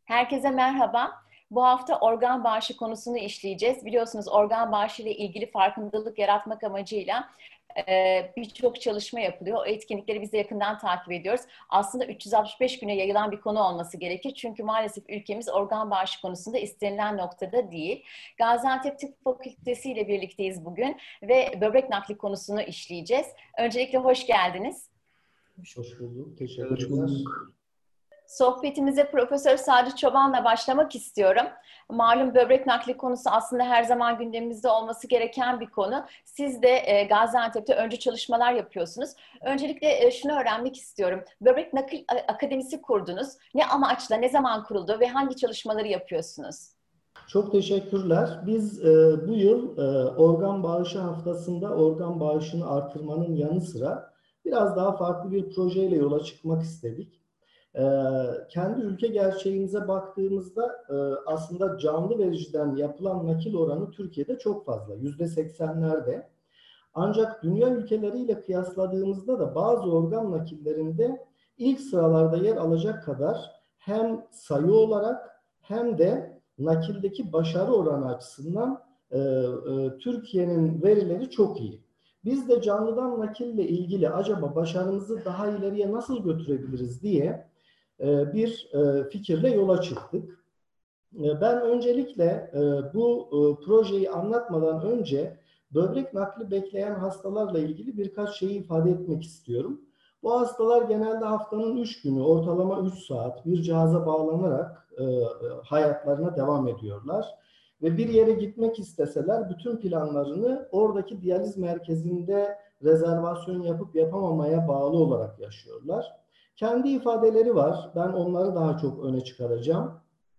Herkese merhaba. Bu hafta organ bağışı konusunu işleyeceğiz. Biliyorsunuz organ bağışı ile ilgili farkındalık yaratmak amacıyla birçok çalışma yapılıyor. O etkinlikleri biz de yakından takip ediyoruz. Aslında 365 güne yayılan bir konu olması gerekir. Çünkü maalesef ülkemiz organ bağışı konusunda istenilen noktada değil. Gaziantep Tıp Fakültesi ile birlikteyiz bugün ve böbrek nakli konusunu işleyeceğiz. Öncelikle hoş geldiniz. Hoş bulduk. Hoş Teşekkürler. bulduk. Sohbetimize Profesör Sadi Çoban'la başlamak istiyorum. Malum böbrek nakli konusu aslında her zaman gündemimizde olması gereken bir konu. Siz de Gaziantep'te öncü çalışmalar yapıyorsunuz. Öncelikle şunu öğrenmek istiyorum. Böbrek nakil akademisi kurdunuz. Ne amaçla, ne zaman kuruldu ve hangi çalışmaları yapıyorsunuz? Çok teşekkürler. Biz bu yıl organ bağışı haftasında organ bağışını artırmanın yanı sıra biraz daha farklı bir projeyle yola çıkmak istedik. Kendi ülke gerçeğimize baktığımızda aslında canlı vericiden yapılan nakil oranı Türkiye'de çok fazla. %80'lerde. Ancak dünya ülkeleriyle kıyasladığımızda da bazı organ nakillerinde ilk sıralarda yer alacak kadar hem sayı olarak hem de nakildeki başarı oranı açısından Türkiye'nin verileri çok iyi. Biz de canlıdan nakille ilgili acaba başarımızı daha ileriye nasıl götürebiliriz diye bir fikirle yola çıktık. Ben öncelikle bu projeyi anlatmadan önce böbrek nakli bekleyen hastalarla ilgili birkaç şeyi ifade etmek istiyorum. Bu hastalar genelde haftanın 3 günü ortalama 3 saat bir cihaza bağlanarak hayatlarına devam ediyorlar. Ve bir yere gitmek isteseler bütün planlarını oradaki diyaliz merkezinde rezervasyon yapıp yapamamaya bağlı olarak yaşıyorlar. Kendi ifadeleri var. Ben onları daha çok öne çıkaracağım.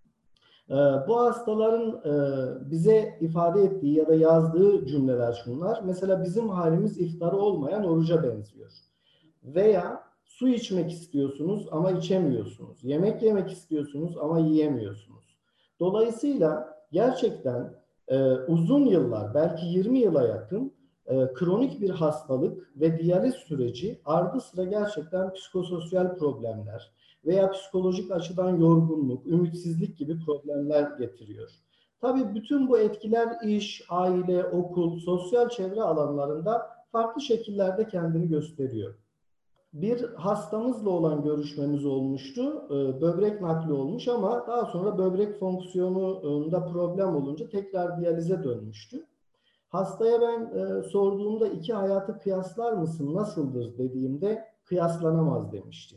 Bu hastaların bize ifade ettiği ya da yazdığı cümleler şunlar. Mesela bizim halimiz iftarı olmayan oruca benziyor. Veya su içmek istiyorsunuz ama içemiyorsunuz. Yemek yemek istiyorsunuz ama yiyemiyorsunuz. Dolayısıyla gerçekten uzun yıllar, belki 20 yıla yakın kronik bir hastalık ve diyaliz süreci ardı sıra gerçekten psikososyal problemler veya psikolojik açıdan yorgunluk, ümitsizlik gibi problemler getiriyor. Tabii bütün bu etkiler iş, aile, okul, sosyal çevre alanlarında farklı şekillerde kendini gösteriyor. Bir hastamızla olan görüşmemiz olmuştu. Böbrek nakli olmuş ama daha sonra böbrek fonksiyonunda problem olunca tekrar diyalize dönmüştü. Hastaya ben sorduğumda iki hayatı kıyaslar mısın, nasıldır dediğimde kıyaslanamaz demişti.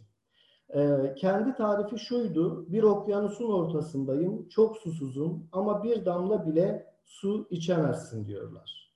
Kendi tarifi şuydu: bir okyanusun ortasındayım, çok susuzum ama bir damla bile su içemezsin diyorlar.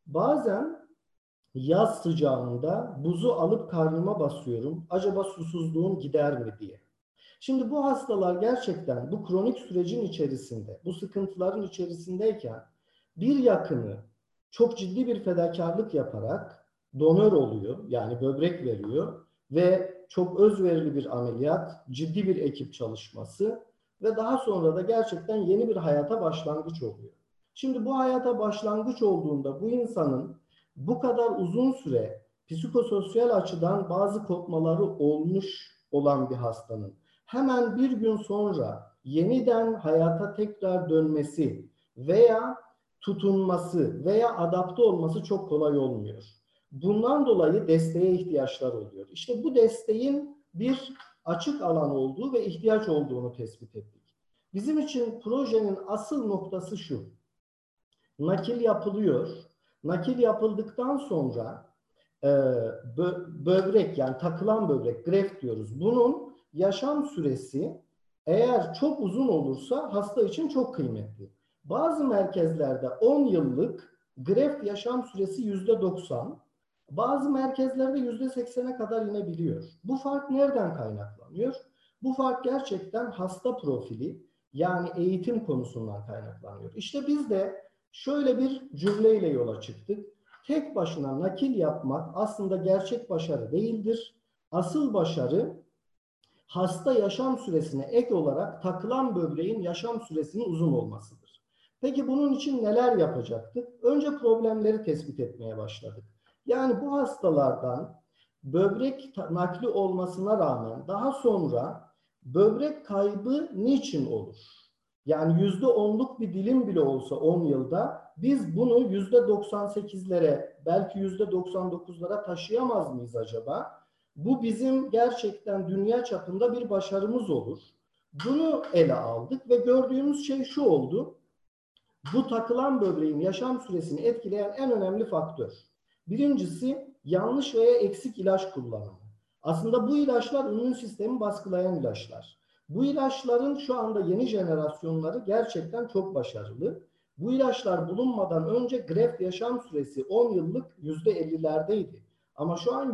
Bazen yaz sıcağında buzu alıp karnıma basıyorum, acaba susuzluğum gider mi diye. Şimdi bu hastalar gerçekten bu kronik sürecin içerisinde, bu sıkıntıların içerisindeyken bir yakını çok ciddi bir fedakarlık yaparak donör oluyor, yani böbrek veriyor ve çok özverili bir ameliyat, ciddi bir ekip çalışması ve daha sonra da gerçekten yeni bir hayata başlangıç oluyor. Şimdi bu hayata başlangıç olduğunda bu insanın bu kadar uzun süre psikososyal açıdan bazı kopmaları olmuş olan bir hastanın hemen bir gün sonra yeniden hayata tekrar dönmesi veya tutunması veya adapte olması çok kolay olmuyor. Bundan dolayı desteğe ihtiyaçlar oluyor. İşte bu desteğin bir açık alan olduğu ve ihtiyaç olduğunu tespit ettik. Bizim için projenin asıl noktası şu: nakil yapılıyor. Nakil yapıldıktan sonra böbrek, yani takılan böbrek, graft diyoruz. Bunun yaşam süresi eğer çok uzun olursa hasta için çok kıymetli. Bazı merkezlerde 10 yıllık graft yaşam süresi %90, bazı merkezlerde %80'e kadar inebiliyor. Bu fark nereden kaynaklanıyor? Bu fark gerçekten hasta profili, yani eğitim konusundan kaynaklanıyor. İşte biz de şöyle bir cümleyle yola çıktık: tek başına nakil yapmak aslında gerçek başarı değildir. Asıl başarı hasta yaşam süresine ek olarak takılan böbreğin yaşam süresinin uzun olmasıdır. Peki bunun için neler yapacaktık? Önce problemleri tespit etmeye başladık. Yani bu hastalardan böbrek nakli olmasına rağmen daha sonra Böbrek kaybı niçin olur? Yani %10'luk bir dilim bile olsa 10 yılda biz bunu %98'lere, belki %99'lara taşıyamaz mıyız acaba? Bu bizim gerçekten dünya çapında bir başarımız olur. Bunu ele aldık ve gördüğümüz şey şu oldu. Bu takılan böbreğin yaşam süresini etkileyen en önemli faktör. Birincisi yanlış veya eksik ilaç kullanımı. Aslında bu ilaçlar immün sistemi baskılayan ilaçlar. Bu ilaçların şu anda yeni jenerasyonları gerçekten çok başarılı. Bu ilaçlar bulunmadan önce greft yaşam süresi 10 yıllık %50'lerdeydi. Ama şu an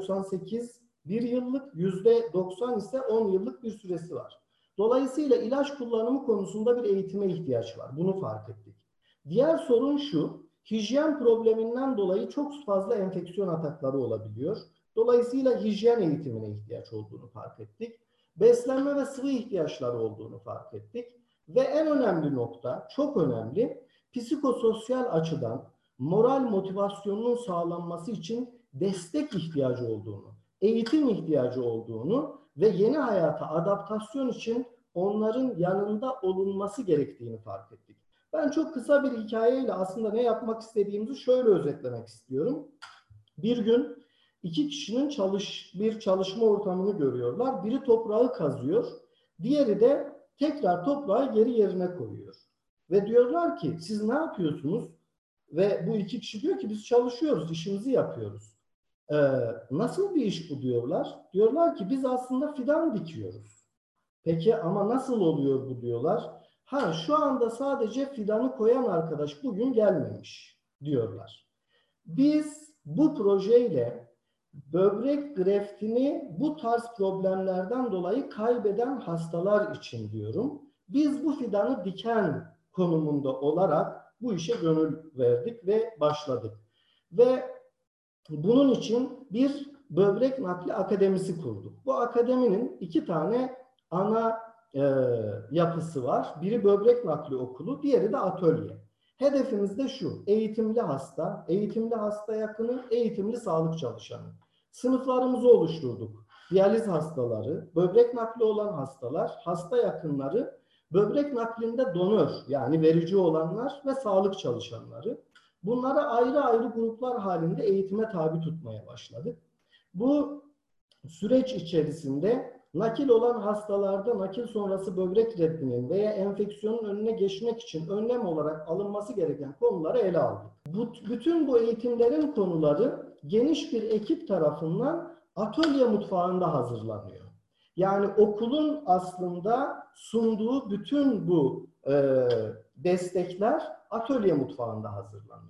%98 bir yıllık, %90 ise 10 yıllık bir süresi var. Dolayısıyla ilaç kullanımı konusunda bir eğitime ihtiyaç var. Bunu fark ettik. Diğer sorun şu, hijyen probleminden dolayı çok fazla enfeksiyon atakları olabiliyor. Dolayısıyla hijyen eğitimine ihtiyaç olduğunu fark ettik. Beslenme ve sıvı ihtiyaçları olduğunu fark ettik. Ve en önemli nokta, çok önemli, psikososyal açıdan moral motivasyonunun sağlanması için destek ihtiyacı olduğunu, eğitim ihtiyacı olduğunu ve yeni hayata adaptasyon için onların yanında olunması gerektiğini fark ettik. Ben çok kısa bir hikayeyle aslında ne yapmak istediğimizi şöyle özetlemek istiyorum. Bir gün iki kişinin bir çalışma ortamını görüyorlar. Biri toprağı kazıyor, diğeri de tekrar toprağı geri yerine koyuyor. Ve diyorlar ki siz ne yapıyorsunuz? Ve bu iki kişi diyor ki biz çalışıyoruz, işimizi yapıyoruz. Nasıl bir iş bu diyorlar. Diyorlar ki biz aslında fidan dikiyoruz. Peki ama nasıl oluyor bu diyorlar. Ha şu anda sadece fidanı koyan arkadaş bugün gelmemiş diyorlar. Biz bu projeyle böbrek greftini bu tarz problemlerden dolayı kaybeden hastalar için diyorum. Biz bu fidanı diken konumunda olarak bu işe gönül verdik ve başladık. Ve bunun için bir böbrek nakli akademisi kurduk. Bu akademinin iki tane ana yapısı var. Biri böbrek nakli okulu, diğeri de atölye. Hedefimiz de şu, eğitimli hasta, eğitimli hasta yakını, eğitimli sağlık çalışanı. Sınıflarımızı oluşturduk. Diyaliz hastaları, böbrek nakli olan hastalar, hasta yakınları, böbrek naklinde donör yani verici olanlar ve sağlık çalışanları. Bunlara ayrı ayrı gruplar halinde eğitime tabi tutmaya başladık. Bu süreç içerisinde nakil olan hastalarda nakil sonrası böbrek reddinin veya enfeksiyonun önüne geçmek için önlem olarak alınması gereken konuları ele aldık. Bütün bu eğitimlerin konuları geniş bir ekip tarafından atölye mutfağında hazırlanıyor. Yani okulun aslında sunduğu bütün bu destekler atölye mutfağında hazırlanıyor.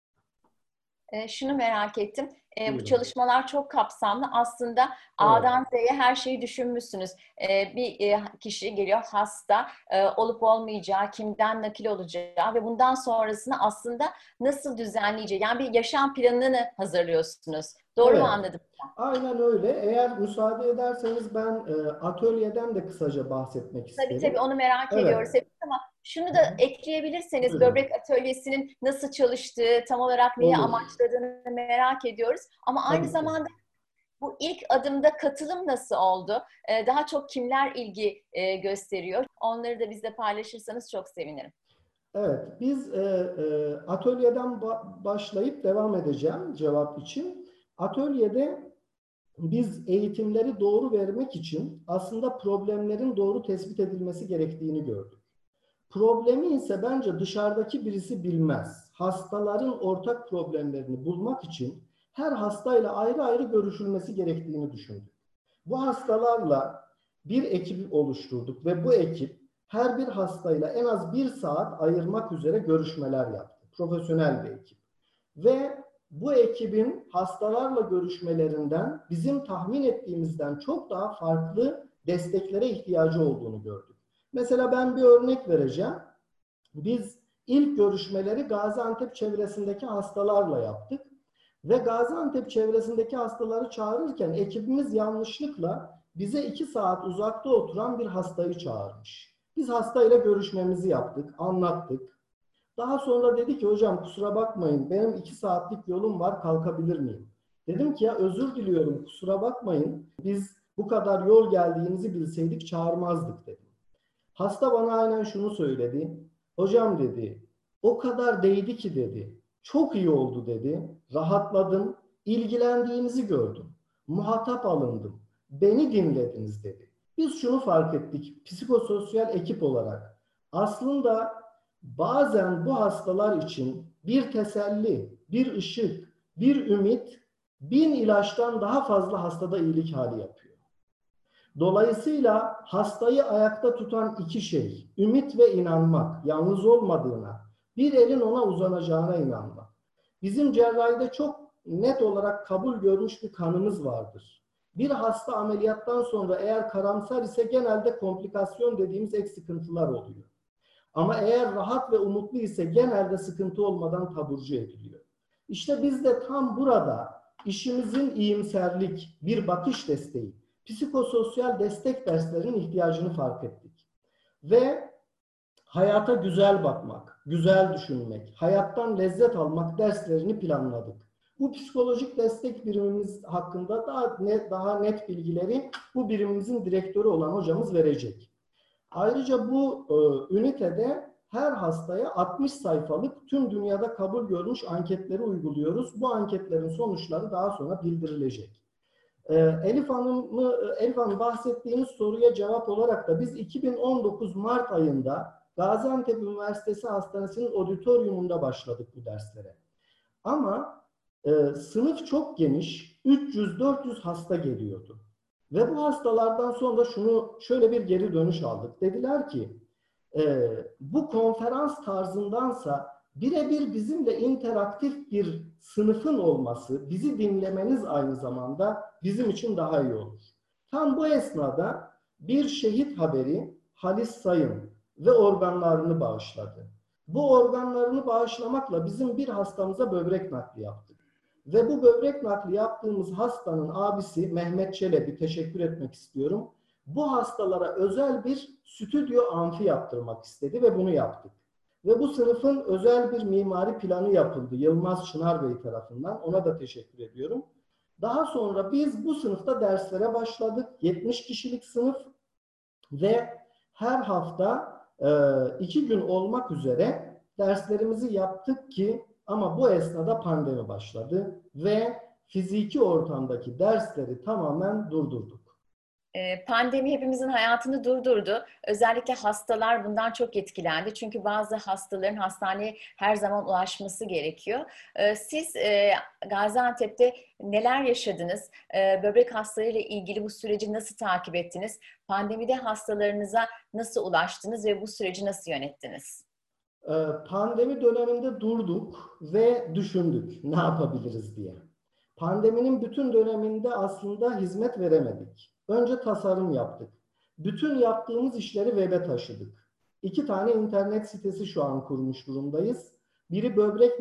Şunu merak ettim. Bu Buyurun. çalışmalar çok kapsamlı. Aslında Evet. A'dan Z'ye her şeyi düşünmüşsünüz. Bir kişi geliyor hasta, olup olmayacağı, kimden nakil olacağı ve bundan sonrasını aslında nasıl düzenleyeceği, yani bir yaşam planını hazırlıyorsunuz. Doğru Evet. mu anladım? Aynen öyle. Eğer müsaade ederseniz ben atölyeden de kısaca bahsetmek Tabii isterim. onu merak ediyoruz Evet. hep ama şunu da ekleyebilirseniz Buyurun. böbrek atölyesinin nasıl çalıştığı, tam olarak neyi Olur. amaçladığını merak ediyoruz. Ama aynı Tabii ki. zamanda bu ilk adımda katılım nasıl oldu? Daha çok kimler ilgi gösteriyor? Onları da bizle paylaşırsanız çok sevinirim. Evet, biz atölyeden başlayıp devam edeceğim cevap için. Atölyede biz eğitimleri doğru vermek için aslında problemlerin doğru tespit edilmesi gerektiğini gördük. Problemi ise bence dışarıdaki birisi bilmez. Hastaların ortak problemlerini bulmak için her hastayla ayrı ayrı görüşülmesi gerektiğini düşündük. Bu hastalarla bir ekip oluşturduk ve bu ekip her bir hastayla en az 1 saat ayırmak üzere görüşmeler yaptı. Profesyonel bir ekip. Ve bu ekibin hastalarla görüşmelerinden bizim tahmin ettiğimizden çok daha farklı desteklere ihtiyacı olduğunu gördük. Mesela ben bir örnek vereceğim. Biz ilk görüşmeleri Gaziantep çevresindeki hastalarla yaptık. Ve Gaziantep çevresindeki hastaları çağırırken ekibimiz yanlışlıkla bize 2 saat uzakta oturan bir hastayı çağırmış. Biz hastayla görüşmemizi yaptık, anlattık. Daha sonra dedi ki hocam kusura bakmayın benim 2 saatlik yolum var kalkabilir miyim? Dedim ki ya özür diliyorum kusura bakmayın biz Bu kadar yol geldiğinizi bilseydik çağırmazdık dedim. Hasta bana aynen şunu söyledi. Hocam dedi, o kadar değdi ki dedi. Çok iyi oldu dedi. Rahatladım. İlgilendiğinizi gördüm. Muhatap alındım. Beni dinlediniz dedi. Biz şunu fark ettik psikososyal ekip olarak. Aslında bazen bu hastalar için bir teselli, bir ışık, bir ümit 1000 ilaçtan daha fazla hastada iyilik hali yapıyor. Dolayısıyla hastayı ayakta tutan iki şey, ümit ve inanmak, yalnız olmadığına, bir elin ona uzanacağına inanmak. Bizim cerrahide çok net olarak kabul görmüş bir kanımız vardır. Bir hasta ameliyattan sonra eğer karamsar ise genelde komplikasyon dediğimiz ek sıkıntılar oluyor. Ama eğer rahat ve umutlu ise genelde sıkıntı olmadan taburcu ediliyor. İşte biz de tam burada işimizin iyimserlik, bir bakış desteği, psikososyal destek derslerinin ihtiyacını fark ettik. Ve hayata güzel bakmak, güzel düşünmek, hayattan lezzet almak derslerini planladık. Bu psikolojik destek birimimiz hakkında daha net bilgileri bu birimimizin direktörü olan hocamız verecek. Ayrıca bu ünitede her hastaya 60 sayfalık tüm dünyada kabul görmüş anketleri uyguluyoruz. Bu anketlerin sonuçları daha sonra bildirilecek. Elif Hanım bahsettiğiniz soruya cevap olarak da biz 2019 Mart ayında Gaziantep Üniversitesi Hastanesi'nin auditoriumunda başladık bu derslere. Ama sınıf çok geniş, 300-400 hasta geliyordu. Ve bu hastalardan sonra şöyle bir geri dönüş aldık. Dediler ki bu konferans tarzındansa birebir bizimle interaktif bir sınıfın olması, bizi dinlemeniz aynı zamanda bizim için daha iyi olur. Tam bu esnada bir şehit haberi Halis Sayın ve organlarını bağışladı. Bu organlarını bağışlamakla bizim bir hastamıza böbrek nakli yaptık. Ve bu böbrek nakli yaptığımız hastanın abisi Mehmet Çelebi, teşekkür etmek istiyorum. Bu hastalara özel bir stüdyo amfi yaptırmak istedi ve bunu yaptık. Ve bu sınıfın özel bir mimari planı yapıldı Yılmaz Çınar Bey tarafından. Ona da teşekkür ediyorum. Daha sonra biz bu sınıfta derslere başladık. 70 kişilik sınıf ve her hafta 2 gün olmak üzere derslerimizi yaptık ki ama bu esnada pandemi başladı ve fiziki ortamdaki dersleri tamamen durdurduk. Pandemi hepimizin hayatını durdurdu. Özellikle hastalar bundan çok etkilendi. Çünkü bazı hastaların hastaneye her zaman ulaşması gerekiyor. Siz Gaziantep'te neler yaşadınız? Böbrek hastalarıyla ilgili bu süreci nasıl takip ettiniz? Pandemide hastalarınıza nasıl ulaştınız ve bu süreci nasıl yönettiniz? Pandemi döneminde durduk ve düşündük ne yapabiliriz diye. Pandeminin bütün döneminde aslında hizmet veremedik. Önce tasarım yaptık. Bütün yaptığımız işleri web'e taşıdık. 2 tane internet sitesi şu an kurmuş durumdayız. Biri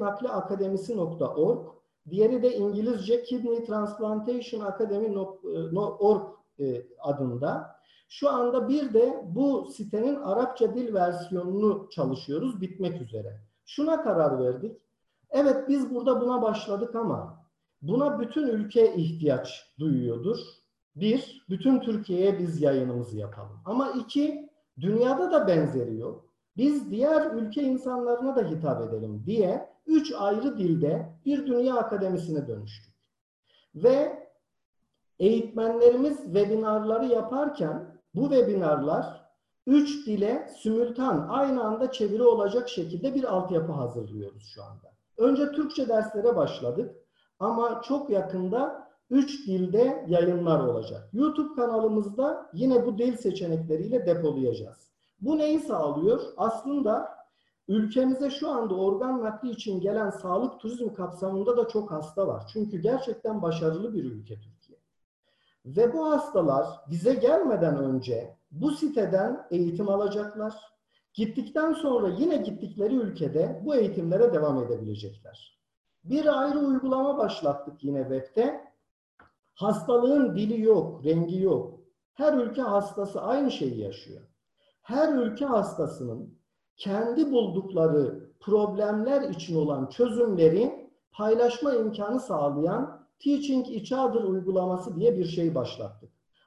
böbreknakliakademisi.org, diğeri de İngilizce Kidney Transplantation Academy.org adında. Şu anda bir de bu sitenin Arapça dil versiyonunu çalışıyoruz, bitmek üzere. Şuna karar verdik. Evet biz burada buna başladık ama buna bütün ülke ihtiyaç duyuyordur. Bir, bütün Türkiye'ye biz yayınımızı yapalım. Ama 2, dünyada da benzeri yok. Biz diğer ülke insanlarına da hitap edelim diye 3 ayrı dilde bir dünya akademisine dönüştük. Ve eğitmenlerimiz webinarları yaparken bu webinarlar 3 dile simultan aynı anda çeviri olacak şekilde bir altyapı hazırlıyoruz şu anda. Önce Türkçe derslere başladık ama çok yakında 3 dilde yayınlar olacak. YouTube kanalımızda yine bu dil seçenekleriyle depolayacağız. Bu neyi sağlıyor? Aslında ülkemize şu anda organ nakli için gelen sağlık turizmi kapsamında da çok hasta var. Çünkü gerçekten başarılı bir ülke Türkiye. Ve bu hastalar bize gelmeden önce bu siteden eğitim alacaklar. Gittikten sonra yine gittikleri ülkede bu eğitimlere devam edebilecekler. Bir ayrı uygulama başlattık yine web'te. Hastalığın dili yok, rengi yok. Her ülke hastası aynı şeyi yaşıyor. Her ülke hastasının kendi buldukları problemler için olan çözümleri paylaşma imkanı sağlayan Teaching Each Other uygulaması diye bir şey başlattık.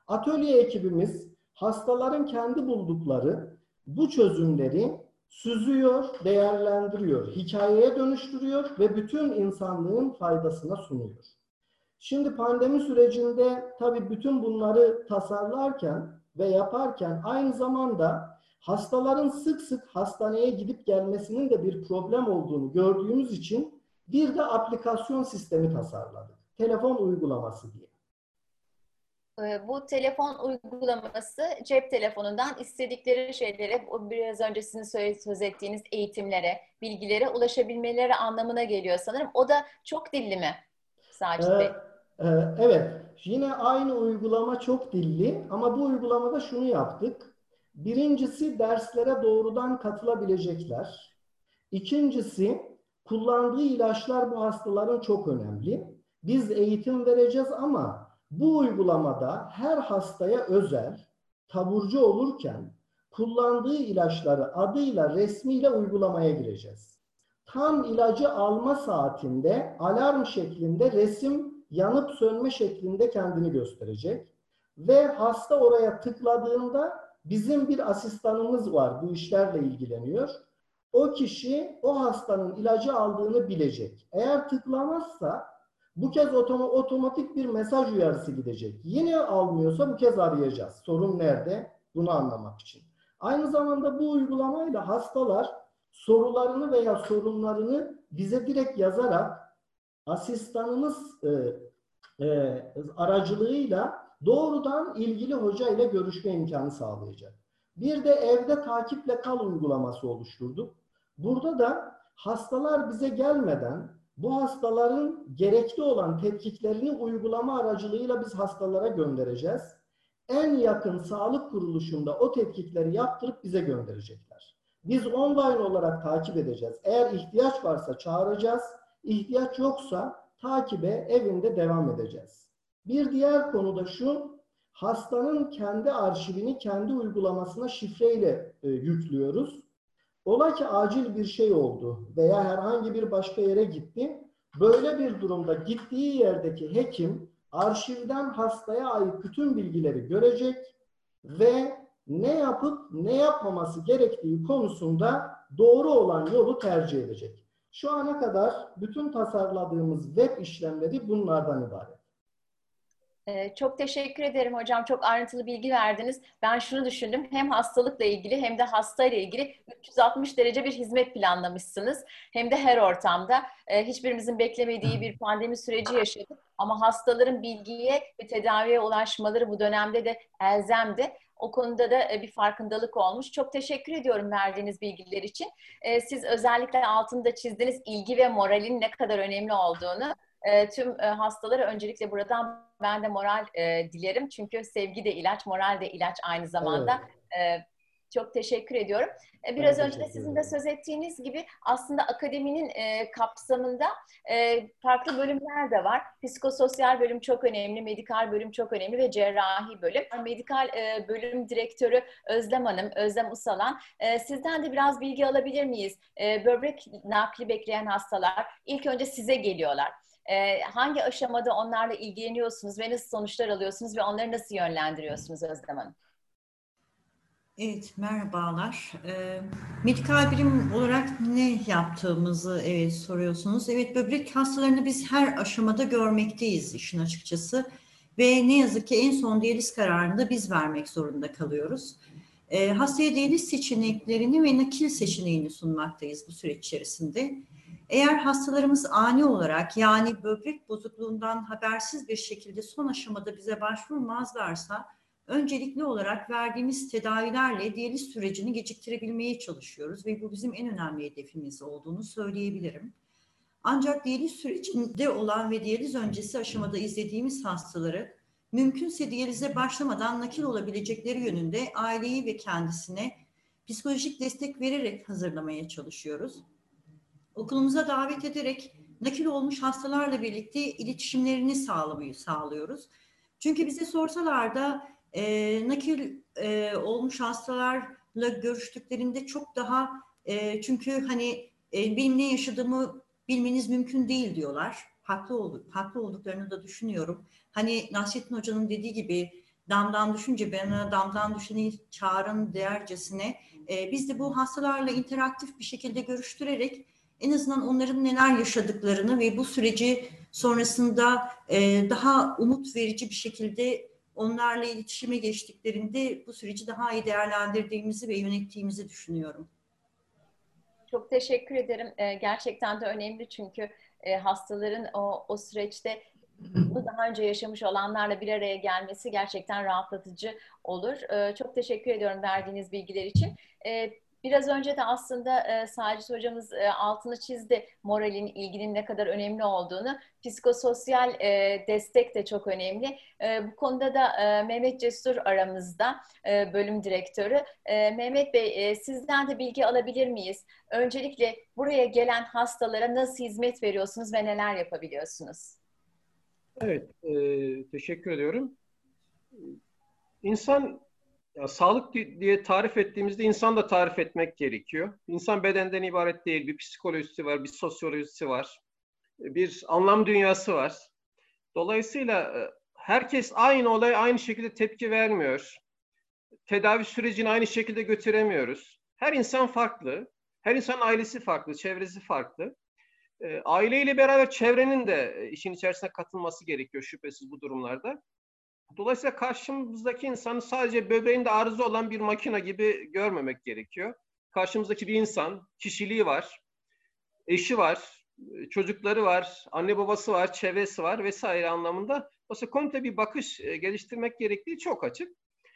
Atölye ekibimiz hastaların kendi buldukları bu çözümleri süzüyor, değerlendiriyor, hikayeye dönüştürüyor ve bütün insanlığın faydasına sunuyor. Şimdi pandemi sürecinde tabii bütün bunları tasarlarken ve yaparken aynı zamanda hastaların sık sık hastaneye gidip gelmesinin de bir problem olduğunu gördüğümüz için bir de aplikasyon sistemi tasarladık. Telefon uygulaması diye. Bu telefon uygulaması cep telefonundan istedikleri şeylere, biraz önce sizin söz ettiğiniz eğitimlere, bilgilere ulaşabilmeleri anlamına geliyor sanırım. O da çok dilli mi Sacit Bey? Evet, yine aynı uygulama çok dilli ama bu uygulamada şunu yaptık. Birincisi derslere doğrudan katılabilecekler. İkincisi kullandığı ilaçlar bu hastaların çok önemli. Biz eğitim vereceğiz ama bu uygulamada her hastaya özel taburcu olurken kullandığı ilaçları adıyla resmiyle uygulamaya gireceğiz. Tam ilacı alma saatinde alarm şeklinde resim yanıp sönme şeklinde kendini gösterecek. Ve hasta oraya tıkladığında bizim bir asistanımız var, bu işlerle ilgileniyor. O kişi o hastanın ilacı aldığını bilecek. Eğer tıklamazsa bu kez otomatik bir mesaj uyarısı gidecek. Yine almıyorsa bu kez arayacağız. Sorun nerede? Bunu anlamak için. Aynı zamanda bu uygulamayla hastalar sorularını veya sorunlarını bize direkt yazarak asistanımız aracılığıyla doğrudan ilgili hoca ile görüşme imkanı sağlayacak. Bir de evde takiple kal uygulaması oluşturduk. Burada da hastalar bize gelmeden bu hastaların gerekli olan tetkiklerini uygulama aracılığıyla biz hastalara göndereceğiz. En yakın sağlık kuruluşunda o tetkikleri yaptırıp bize gönderecekler. Biz online olarak takip edeceğiz. Eğer ihtiyaç varsa çağıracağız. İhtiyaç yoksa takibe evinde devam edeceğiz. Bir diğer konu da şu, hastanın kendi arşivini kendi uygulamasına şifreyle yüklüyoruz. Ola ki acil bir şey oldu veya herhangi bir başka yere gitti. Böyle bir durumda gittiği yerdeki hekim arşivden hastaya ait bütün bilgileri görecek ve ne yapıp ne yapmaması gerektiği konusunda doğru olan yolu tercih edecek. Şu ana kadar bütün tasarladığımız web işlemleri bunlardan ibaret. Çok teşekkür ederim hocam. Çok ayrıntılı bilgi verdiniz. Ben şunu düşündüm. Hem hastalıkla ilgili hem de hastayla ilgili 360 derece bir hizmet planlamışsınız. Hem de her ortamda. Hiçbirimizin beklemediği bir pandemi süreci yaşadık. Ama hastaların bilgiye ve tedaviye ulaşmaları bu dönemde de elzemdi. O konuda da bir farkındalık olmuş. Çok teşekkür ediyorum verdiğiniz bilgiler için. Siz özellikle altında çizdiğiniz ilgi ve moralin ne kadar önemli olduğunu tüm hastalara öncelikle buradan ben de moral dilerim. Çünkü sevgi de ilaç, moral de ilaç aynı zamanda. Evet. Çok teşekkür ediyorum. Biraz önce de sizin de söz ettiğiniz gibi aslında akademinin kapsamında farklı bölümler de var. Psikososyal bölüm çok önemli, medikal bölüm çok önemli ve cerrahi bölüm. Medikal bölüm direktörü Özlem Hanım, Özlem Usalan. Sizden de biraz bilgi alabilir miyiz? Böbrek nakli bekleyen hastalar ilk önce size geliyorlar. Hangi aşamada onlarla ilgileniyorsunuz ve nasıl sonuçlar alıyorsunuz ve onları nasıl yönlendiriyorsunuz Özlem Hanım? Evet, merhabalar. Medikal birim olarak ne yaptığımızı soruyorsunuz. Evet, böbrek hastalarını biz her aşamada görmekteyiz işin açıkçası. Ve ne yazık ki en son diyaliz kararını da biz vermek zorunda kalıyoruz. Hastaya diyaliz seçeneklerini ve nakil seçeneğini sunmaktayız bu süreç içerisinde. Eğer hastalarımız ani olarak yani böbrek bozukluğundan habersiz bir şekilde son aşamada bize başvurmazlarsa öncelikli olarak verdiğimiz tedavilerle diyaliz sürecini geciktirebilmeye çalışıyoruz ve bu bizim en önemli hedefimiz olduğunu söyleyebilirim. Ancak diyaliz sürecinde olan ve diyaliz öncesi aşamada izlediğimiz hastaları mümkünse diyalize başlamadan nakil olabilecekleri yönünde aileyi ve kendisine psikolojik destek vererek hazırlamaya çalışıyoruz. Okulumuza davet ederek nakil olmuş hastalarla birlikte iletişimlerini sağlıyoruz. Çünkü bize sorsalar da nakil olmuş hastalarla görüştüklerinde çok daha çünkü hani benim ne yaşadığımı bilmeniz mümkün değil diyorlar. Haklı olduklarını da düşünüyorum. Hani Nasrettin Hoca'nın dediği gibi damdan düşünce ben ona damdan düşeni çağırın dercesine biz de bu hastalarla interaktif bir şekilde görüştürerek en azından onların neler yaşadıklarını ve bu süreci sonrasında daha umut verici bir şekilde onlarla iletişime geçtiklerinde bu süreci daha iyi değerlendirdiğimizi ve yönettiğimizi düşünüyorum. Çok teşekkür ederim. Gerçekten de önemli çünkü hastaların o süreçte bunu daha önce yaşamış olanlarla bir araya gelmesi gerçekten rahatlatıcı olur. Çok teşekkür ediyorum verdiğiniz bilgiler için. Biraz önce de aslında Sacit hocamız altını çizdi moralin, ilginin ne kadar önemli olduğunu. Psikososyal destek de çok önemli. Bu konuda da Mehmet Cesur aramızda, bölüm direktörü. Mehmet Bey, sizden de bilgi alabilir miyiz? Öncelikle buraya gelen hastalara nasıl hizmet veriyorsunuz ve neler yapabiliyorsunuz? Evet, teşekkür ediyorum. İnsan, ya, sağlık diye tarif ettiğimizde insan da tarif etmek gerekiyor. İnsan bedenden ibaret değil, bir psikolojisi var, bir sosyolojisi var, bir anlam dünyası var. Dolayısıyla herkes aynı olaya aynı şekilde tepki vermiyor. Tedavi sürecini aynı şekilde götüremiyoruz. Her insan farklı, her insan ailesi farklı, çevresi farklı. Aileyle beraber çevrenin de işin içerisine katılması gerekiyor şüphesiz bu durumlarda. Dolayısıyla karşımızdaki insanı sadece böbreğinde arıza olan bir makine gibi görmemek gerekiyor. Karşımızdaki bir insan, kişiliği var, eşi var, çocukları var, anne babası var, çevresi var vesaire anlamında. Dolayısıyla komple bir bakış geliştirmek gerektiği çok açık.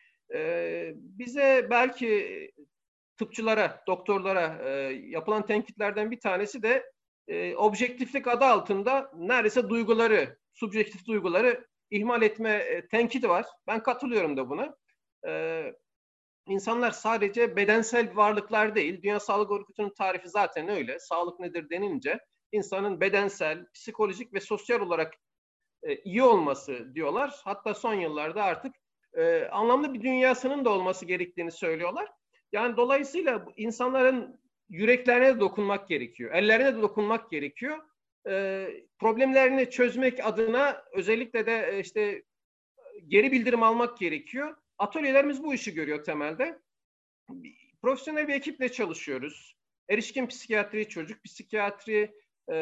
Bize belki tıpçılara, doktorlara yapılan tenkitlerden bir tanesi de objektiflik adı altında neredeyse duyguları, subjektif duyguları ihmal etme tenkidi var. Ben katılıyorum da buna. İnsanlar sadece bedensel varlıklar değil. Dünya Sağlık Örgütü'nün tarifi zaten öyle. Sağlık nedir denince insanın bedensel, psikolojik ve sosyal olarak iyi olması diyorlar. Hatta son yıllarda artık anlamlı bir dünyasının da olması gerektiğini söylüyorlar. Yani dolayısıyla insanların yüreklerine de dokunmak gerekiyor. Ellerine de dokunmak gerekiyor. Problemlerini çözmek adına özellikle de işte geri bildirim almak gerekiyor. Atölyelerimiz bu işi görüyor temelde. Profesyonel bir ekiple çalışıyoruz. Erişkin psikiyatri, çocuk psikiyatri,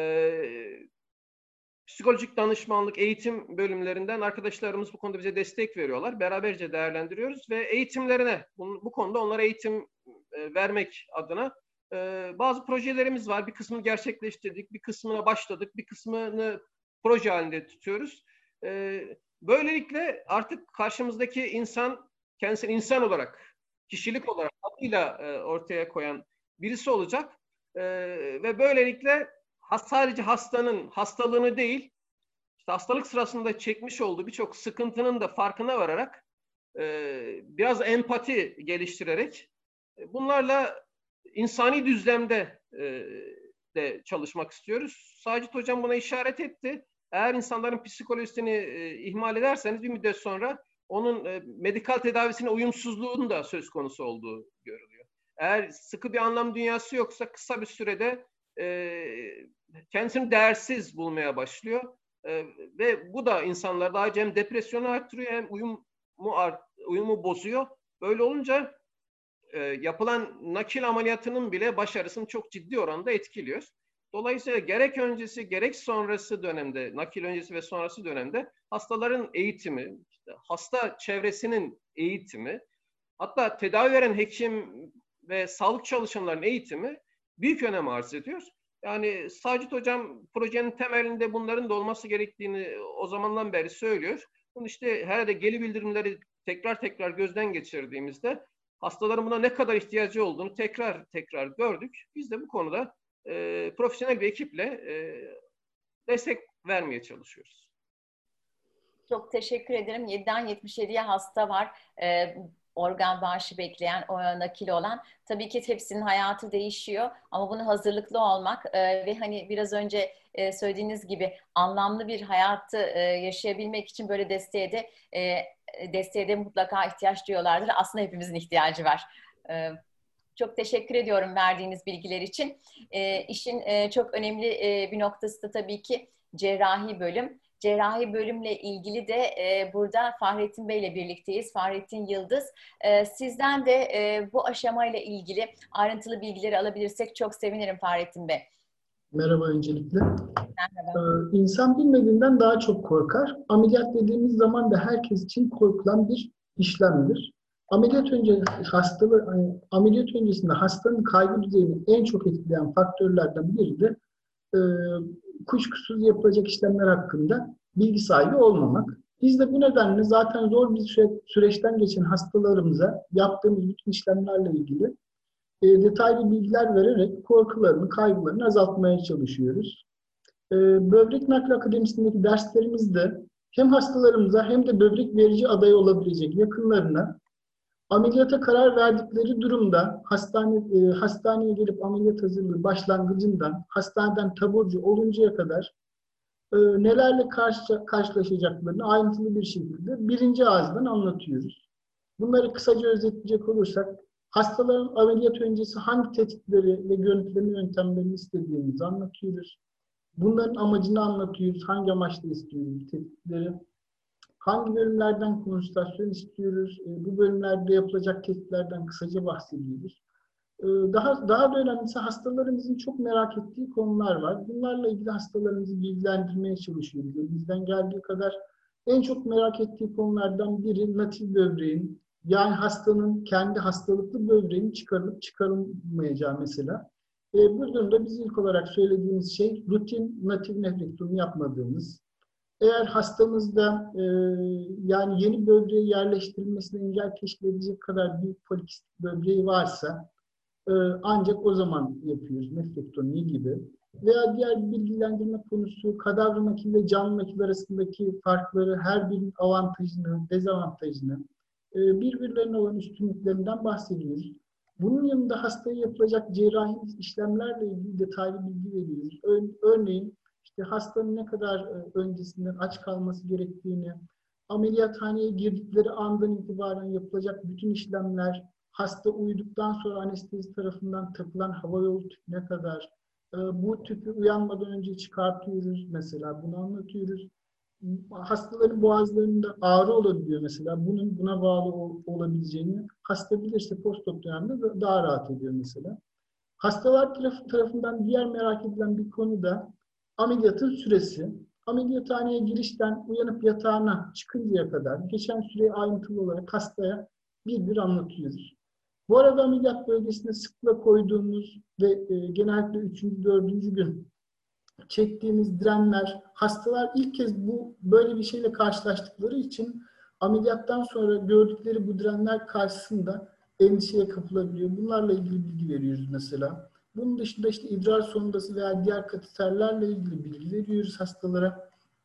psikolojik danışmanlık, eğitim bölümlerinden arkadaşlarımız bu konuda bize destek veriyorlar. Beraberce değerlendiriyoruz ve eğitimlerine, bu konuda onlara eğitim vermek adına bazı projelerimiz var. Bir kısmını gerçekleştirdik, bir kısmına başladık, bir kısmını proje halinde tutuyoruz. Böylelikle artık karşımızdaki insan kendisini insan olarak, kişilik olarak adıyla ortaya koyan birisi olacak ve böylelikle sadece hastanın hastalığını değil, işte hastalık sırasında çekmiş olduğu birçok sıkıntının da farkına vararak biraz empati geliştirerek bunlarla insani düzlemde de çalışmak istiyoruz. Sacit Hocam buna işaret etti. Eğer insanların psikolojisini ihmal ederseniz bir müddet sonra onun medikal tedavisine uyumsuzluğun da söz konusu olduğu görülüyor. Eğer sıkı bir anlam dünyası yoksa kısa bir sürede kendisini değersiz bulmaya başlıyor. Ve bu da insanlarda hem depresyonu arttırıyor hem uyumu bozuyor. Böyle olunca yapılan nakil ameliyatının bile başarısını çok ciddi oranda etkiliyor. Dolayısıyla gerek öncesi gerek sonrası dönemde, nakil öncesi ve sonrası dönemde hastaların eğitimi, işte hasta çevresinin eğitimi, hatta tedavi veren hekim ve sağlık çalışanlarının eğitimi büyük önem arz ediyor. Yani Sacit Hocam projenin temelinde bunların da olması gerektiğini o zamandan beri söylüyor. Bunu işte herhalde geri bildirimleri tekrar gözden geçirdiğimizde hastaların buna ne kadar ihtiyacı olduğunu tekrar gördük. Biz de bu konuda profesyonel bir ekiple destek vermeye çalışıyoruz. Çok teşekkür ederim. 7'den 77'ye hasta var. Organ bağışı bekleyen, o nakil olan. Tabii ki hepsinin hayatı değişiyor ama buna hazırlıklı olmak ve hani biraz önce söylediğiniz gibi anlamlı bir hayatı yaşayabilmek için böyle desteğe de mutlaka ihtiyaç duyuyorlardır. Aslında hepimizin ihtiyacı var. Çok teşekkür ediyorum verdiğiniz bilgiler için. İşin çok önemli bir noktası da tabii ki cerrahi bölüm. cerrahi bölümle ilgili de burada Fahrettin Bey ile birlikteyiz. Fahrettin Yıldız. Sizden de bu aşamayla ilgili ayrıntılı bilgileri alabilirsek çok sevinirim Fahrettin Bey. Merhaba öncelikle. Merhaba. İnsan bilmediğinden daha çok korkar. Ameliyat dediğimiz zaman da herkes için korkulan bir işlemdir. Ameliyat öncesinde hastanın kaygı düzeyini en çok etkileyen faktörlerden biri de kuşkusuz yapılacak işlemler hakkında bilgi sahibi olmamak. Biz de bu nedenle zaten zor bir süreçten geçen hastalarımıza yaptığımız bütün işlemlerle ilgili detaylı bilgiler vererek korkularını, kaygılarını azaltmaya çalışıyoruz. Böbrek nakli akademisindeki derslerimizde hem hastalarımıza hem de böbrek verici adayı olabilecek yakınlarına ameliyata karar verdikleri durumda hastaneye gelip ameliyat hazırlığı başlangıcından hastaneden taburcu oluncaya kadar nelerle karşılaşacaklarını ayrıntılı bir şekilde birinci ağızdan anlatıyoruz. Bunları kısaca özetleyecek olursak, hastaların ameliyat öncesi hangi tetkikleri ve görüntüleme yöntemlerini istediğimizi anlatıyoruz. Bunların amacını anlatıyoruz. Hangi amaçla istiyoruz tetkikleri. Hangi bölümlerden konsültasyon istiyoruz. Bu bölümlerde yapılacak testlerden kısaca bahsediyoruz. Daha da önemlisi hastalarımızın çok merak ettiği konular var. Bunlarla ilgili hastalarımızı bilgilendirmeye çalışıyoruz. Bizden geldiği kadar en çok merak ettiği konulardan biri natif böbreğin, yani hastanın kendi hastalıklı böbreğinin çıkarılıp çıkarılmayacağı mesela. Bu durumda biz ilk olarak söylediğimiz şey rutin natif nefrektomi yapmadığımız. Eğer hastamızda yani yeni böbreğe yerleştirilmesine engel teşkil edecek kadar büyük polikistik böbreği varsa ancak o zaman yapıyoruz nefrektomi gibi. Veya diğer bir bilgilendirme konusu kadavra nakil ve canlı nakil arasındaki farkları, her birinin avantajını, dezavantajını, birbirlerine olan üstünlüklerinden bahsediyoruz. Bunun yanında hastaya yapılacak cerrahi işlemlerle ilgili detaylı bilgi veriyoruz. Örneğin işte hastanın ne kadar öncesinden aç kalması gerektiğini, ameliyathaneye girdikleri andan itibaren yapılacak bütün işlemler, hasta uyuduktan sonra anestezi tarafından takılan hava yolu tüpüne kadar, bu tüpü uyanmadan önce çıkartıyoruz mesela, bunu anlatıyoruz. Hastaların boğazlarında ağrı olabiliyor mesela. Buna bağlı olabileceğini hasta bilirse post-op döneminde daha rahat ediyor mesela. Hastalar tarafından diğer merak edilen bir konu da ameliyatın süresi. Ameliyathaneye girişten uyanıp yatağına çıkıncaya kadar geçen süreyi ayrıntılı olarak hastaya bir anlatıyoruz. Bu arada ameliyat bölgesinde sıkla koyduğumuz ve genellikle 3. 4. gün çektiğimiz direnler, hastalar ilk kez böyle bir şeyle karşılaştıkları için ameliyattan sonra gördükleri bu direnler karşısında endişeye kapılabiliyor. Bunlarla ilgili bilgi veriyoruz mesela. Bunun dışında işte idrar sondası veya diğer kateterlerle ilgili bilgi veriyoruz hastalara.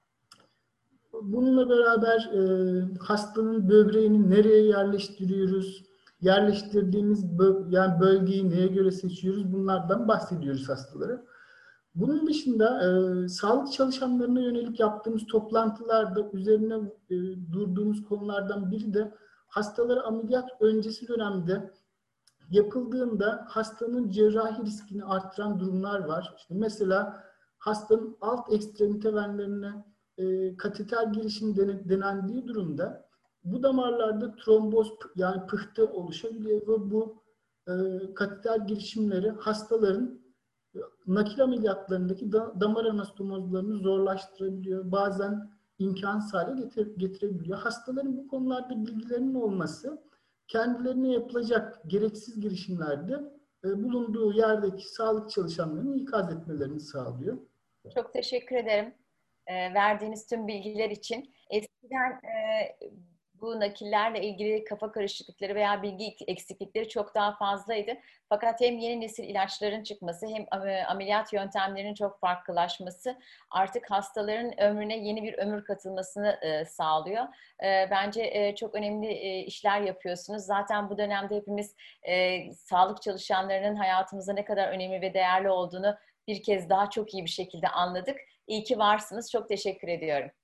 Bununla beraber hastanın böbreğini nereye yerleştiriyoruz? Yerleştirdiğimiz bölgeyi neye göre seçiyoruz? Bunlardan bahsediyoruz hastalara. Bunun dışında sağlık çalışanlarına yönelik yaptığımız toplantılarda üzerine durduğumuz konulardan biri de hastalara ameliyat öncesi dönemde yapıldığında hastanın cerrahi riskini arttıran durumlar var. İşte mesela hastanın alt ekstremite venlerine kateter girişimi denendiği durumda bu damarlarda tromboz yani pıhtı oluşabiliyor ve bu kateter girişimleri hastaların nakil ameliyatlarındaki damar anastomozlarını zorlaştırabiliyor. Bazen imkansız hale getirebiliyor. Hastaların bu konularda bilgilerinin olması kendilerine yapılacak gereksiz girişimlerde bulunduğu yerdeki sağlık çalışanlarını ikaz etmelerini sağlıyor. Çok teşekkür ederim verdiğiniz tüm bilgiler için. Eskiden bu nakillerle ilgili kafa karışıklıkları veya bilgi eksiklikleri çok daha fazlaydı. Fakat hem yeni nesil ilaçların çıkması hem ameliyat yöntemlerinin çok farklılaşması artık hastaların ömrüne yeni bir ömür katılmasını sağlıyor. Bence çok önemli işler yapıyorsunuz. Zaten bu dönemde hepimiz sağlık çalışanlarının hayatımızda ne kadar önemli ve değerli olduğunu bir kez daha çok iyi bir şekilde anladık. İyi ki varsınız. Çok teşekkür ediyorum.